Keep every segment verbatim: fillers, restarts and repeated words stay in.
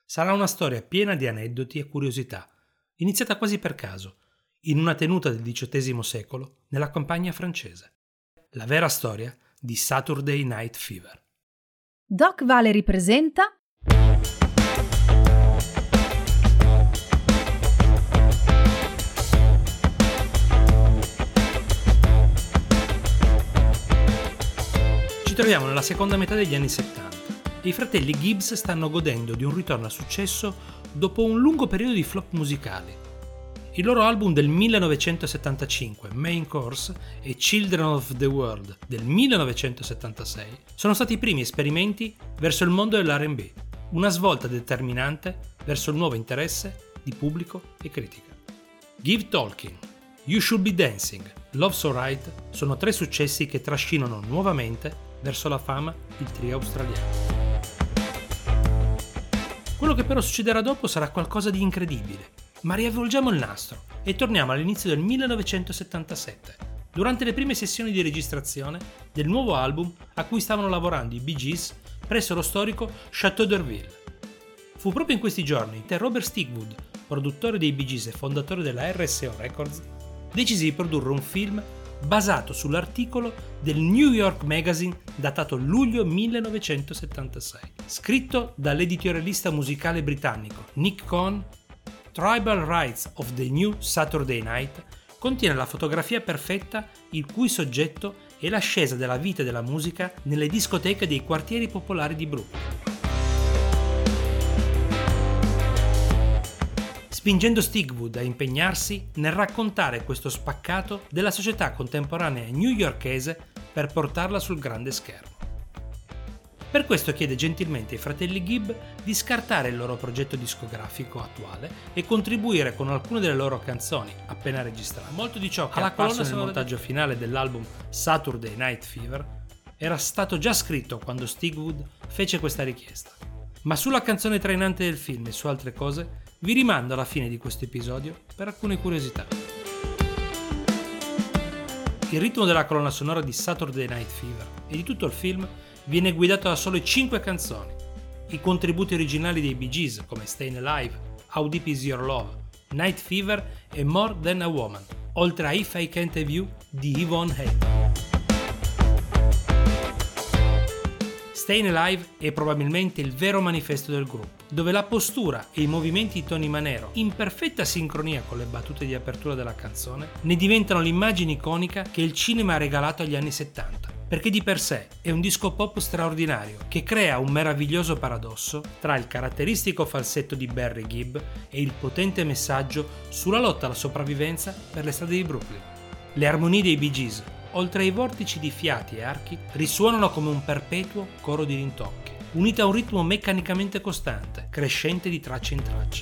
Sarà una storia piena di aneddoti e curiosità, iniziata quasi per caso, in una tenuta del diciottesimo secolo, nella campagna francese. La vera storia di Saturday Night Fever. Doc Valery presenta Ci troviamo nella seconda metà degli anni settanta e i fratelli Gibbs stanno godendo di un ritorno a successo dopo un lungo periodo di flop musicali. Il loro album del millenovecentosettantacinque, Main Course, e Children of the World del millenovecentosettantasei sono stati i primi esperimenti verso il mondo dell'R and B, una svolta determinante verso il nuovo interesse di pubblico e critica. Give Talking, You Should Be Dancing, Love So Right sono tre successi che trascinano nuovamente verso la fama il trio australiano. Quello che però succederà dopo sarà qualcosa di incredibile, ma riavvolgiamo il nastro e torniamo all'inizio del millenovecentosettantasette, durante le prime sessioni di registrazione del nuovo album a cui stavano lavorando i Bee Gees presso lo storico Chateau d'Urville. Fu proprio in questi giorni che Robert Stigwood, produttore dei Bee Gees e fondatore della R S O Records, decise di produrre un film basato sull'articolo del New York Magazine datato luglio millenovecentosettantasei. Scritto dall'editorialista musicale britannico Nick Cohn, Tribal Rights of the New Saturday Night contiene la fotografia perfetta il cui soggetto è l'ascesa della vita e della musica nelle discoteche dei quartieri popolari di Brooklyn, spingendo Stigwood a impegnarsi nel raccontare questo spaccato della società contemporanea newyorkese per portarla sul grande schermo. Per questo chiede gentilmente ai fratelli Gibb di scartare il loro progetto discografico attuale e contribuire con alcune delle loro canzoni appena registrate. Molto di ciò che è apparso nel montaggio finale dell'album Saturday Night Fever era stato già scritto quando Stigwood fece questa richiesta. Ma sulla canzone trainante del film e su altre cose vi rimando alla fine di questo episodio per alcune curiosità. Il ritmo della colonna sonora di Saturday Night Fever e di tutto il film viene guidato da sole cinque canzoni. I contributi originali dei Bee Gees come Stayin' Alive, How Deep Is Your Love, Night Fever e More Than a Woman, oltre a If I Can't Have You di Yvonne Hayes. Stayin' Alive è probabilmente il vero manifesto del gruppo, dove la postura e i movimenti di Tony Manero, in perfetta sincronia con le battute di apertura della canzone, ne diventano l'immagine iconica che il cinema ha regalato agli anni settanta, perché di per sé è un disco pop straordinario che crea un meraviglioso paradosso tra il caratteristico falsetto di Barry Gibb e il potente messaggio sulla lotta alla sopravvivenza per le strade di Brooklyn. Le armonie dei Bee Gees, oltre ai vortici di fiati e archi, risuonano come un perpetuo coro di rintocchi, unito a un ritmo meccanicamente costante, crescente di traccia in traccia.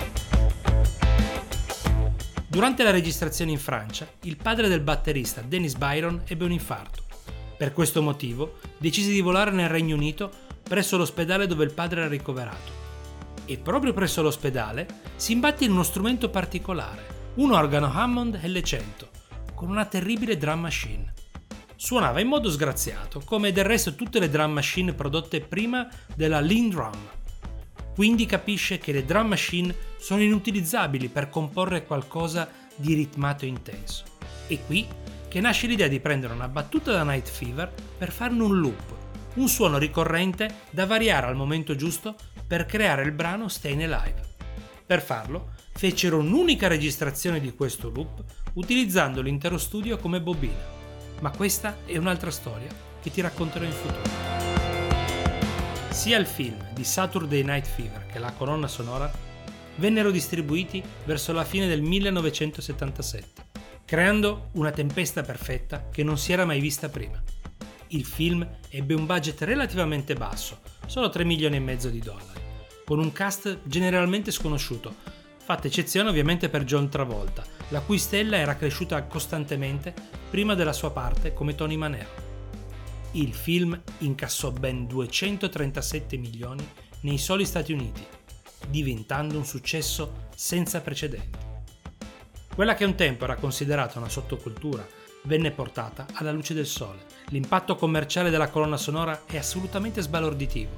Durante la registrazione in Francia, il padre del batterista Dennis Byron ebbe un infarto. Per questo motivo decise di volare nel Regno Unito presso l'ospedale dove il padre era ricoverato. E proprio presso l'ospedale si imbatte in uno strumento particolare, un organo Hammond L cento, con una terribile drum machine. Suonava in modo sgraziato, come del resto tutte le drum machine prodotte prima della Lean Drum. Quindi capisce che le drum machine sono inutilizzabili per comporre qualcosa di ritmato e intenso. E qui che nasce l'idea di prendere una battuta da Night Fever per farne un loop, un suono ricorrente da variare al momento giusto per creare il brano Stayin' Alive. Per farlo, fecero un'unica registrazione di questo loop utilizzando l'intero studio come bobina. Ma questa è un'altra storia che ti racconterò in futuro. Sia il film di Saturday Night Fever che la colonna sonora vennero distribuiti verso la fine del millenovecentosettantasette, creando una tempesta perfetta che non si era mai vista prima. Il film ebbe un budget relativamente basso, solo tre milioni e mezzo di dollari, con un cast generalmente sconosciuto, fatta eccezione ovviamente per John Travolta, la cui stella era cresciuta costantemente prima della sua parte come Tony Manero. Il film incassò ben duecentotrentasette milioni nei soli Stati Uniti, diventando un successo senza precedenti. Quella che un tempo era considerata una sottocultura venne portata alla luce del sole. L'impatto commerciale della colonna sonora è assolutamente sbalorditivo,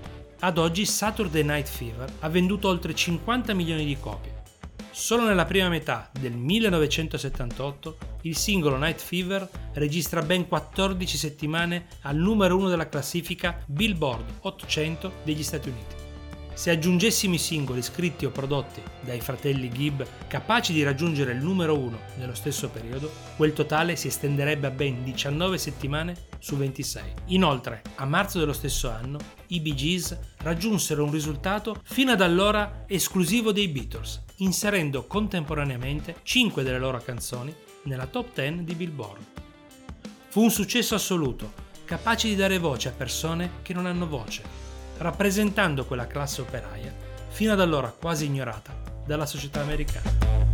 Ad oggi Saturday Night Fever ha venduto oltre cinquanta milioni di copie. Solo nella prima metà del millenovecentosettantotto il singolo Night Fever registra ben quattordici settimane al numero uno della classifica Billboard ottocento degli Stati Uniti. Se aggiungessimo i singoli scritti o prodotti dai fratelli Gibb capaci di raggiungere il numero uno nello stesso periodo, quel totale si estenderebbe a ben diciannove settimane su ventisei. Inoltre, a marzo dello stesso anno, i Bee Gees raggiunsero un risultato fino ad allora esclusivo dei Beatles, inserendo contemporaneamente cinque delle loro canzoni nella top dieci di Billboard. Fu un successo assoluto, capace di dare voce a persone che non hanno voce, rappresentando quella classe operaia fino ad allora quasi ignorata dalla società americana.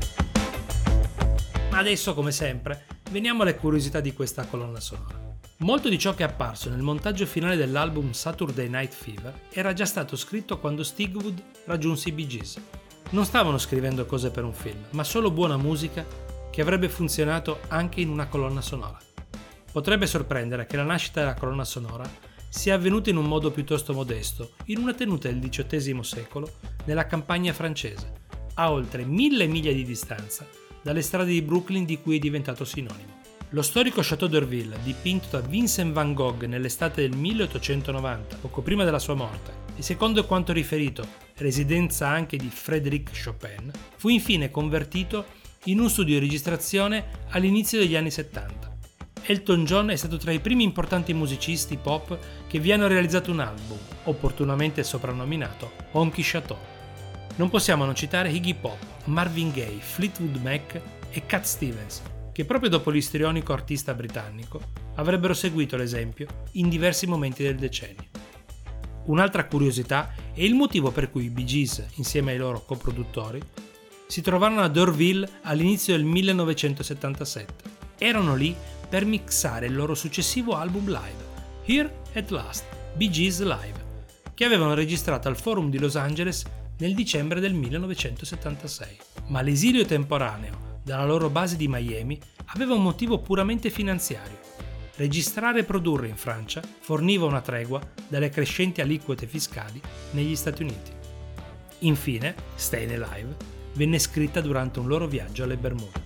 Ma adesso, come sempre, veniamo alle curiosità di questa colonna sonora. Molto di ciò che è apparso nel montaggio finale dell'album Saturday Night Fever era già stato scritto quando Stigwood raggiunse i Bee Gees. Non stavano scrivendo cose per un film, ma solo buona musica che avrebbe funzionato anche in una colonna sonora. Potrebbe sorprendere che la nascita della colonna sonora sia avvenuta in un modo piuttosto modesto, in una tenuta del diciottesimo secolo, nella campagna francese, a oltre mille miglia di distanza dalle strade di Brooklyn di cui è diventato sinonimo. Lo storico Château d'Orville, dipinto da Vincent van Gogh nell'estate del milleottocentonovanta, poco prima della sua morte, e secondo quanto riferito, residenza anche di Frédéric Chopin, fu infine convertito in un studio di registrazione all'inizio degli anni settanta. Elton John è stato tra i primi importanti musicisti pop che vi hanno realizzato un album, opportunamente soprannominato Honky Chateau. Non possiamo non citare Iggy Pop, Marvin Gaye, Fleetwood Mac e Cat Stevens, che proprio dopo l'istrionico artista britannico avrebbero seguito l'esempio in diversi momenti del decennio. Un'altra curiosità è il motivo per cui i Bee Gees, insieme ai loro coproduttori, si trovarono ad Orville all'inizio del millenovecentosettantasette. Erano lì per mixare il loro successivo album live, Here at Last, Bee Gees Live, che avevano registrato al Forum di Los Angeles nel dicembre del millenovecentosettantasei. Ma l'esilio temporaneo dalla loro base di Miami aveva un motivo puramente finanziario. Registrare e produrre in Francia forniva una tregua dalle crescenti aliquote fiscali negli Stati Uniti. Infine, Stayin' Alive venne scritta durante un loro viaggio alle Bermude.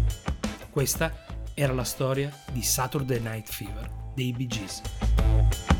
Questa era la storia di Saturday Night Fever dei Bee Gees.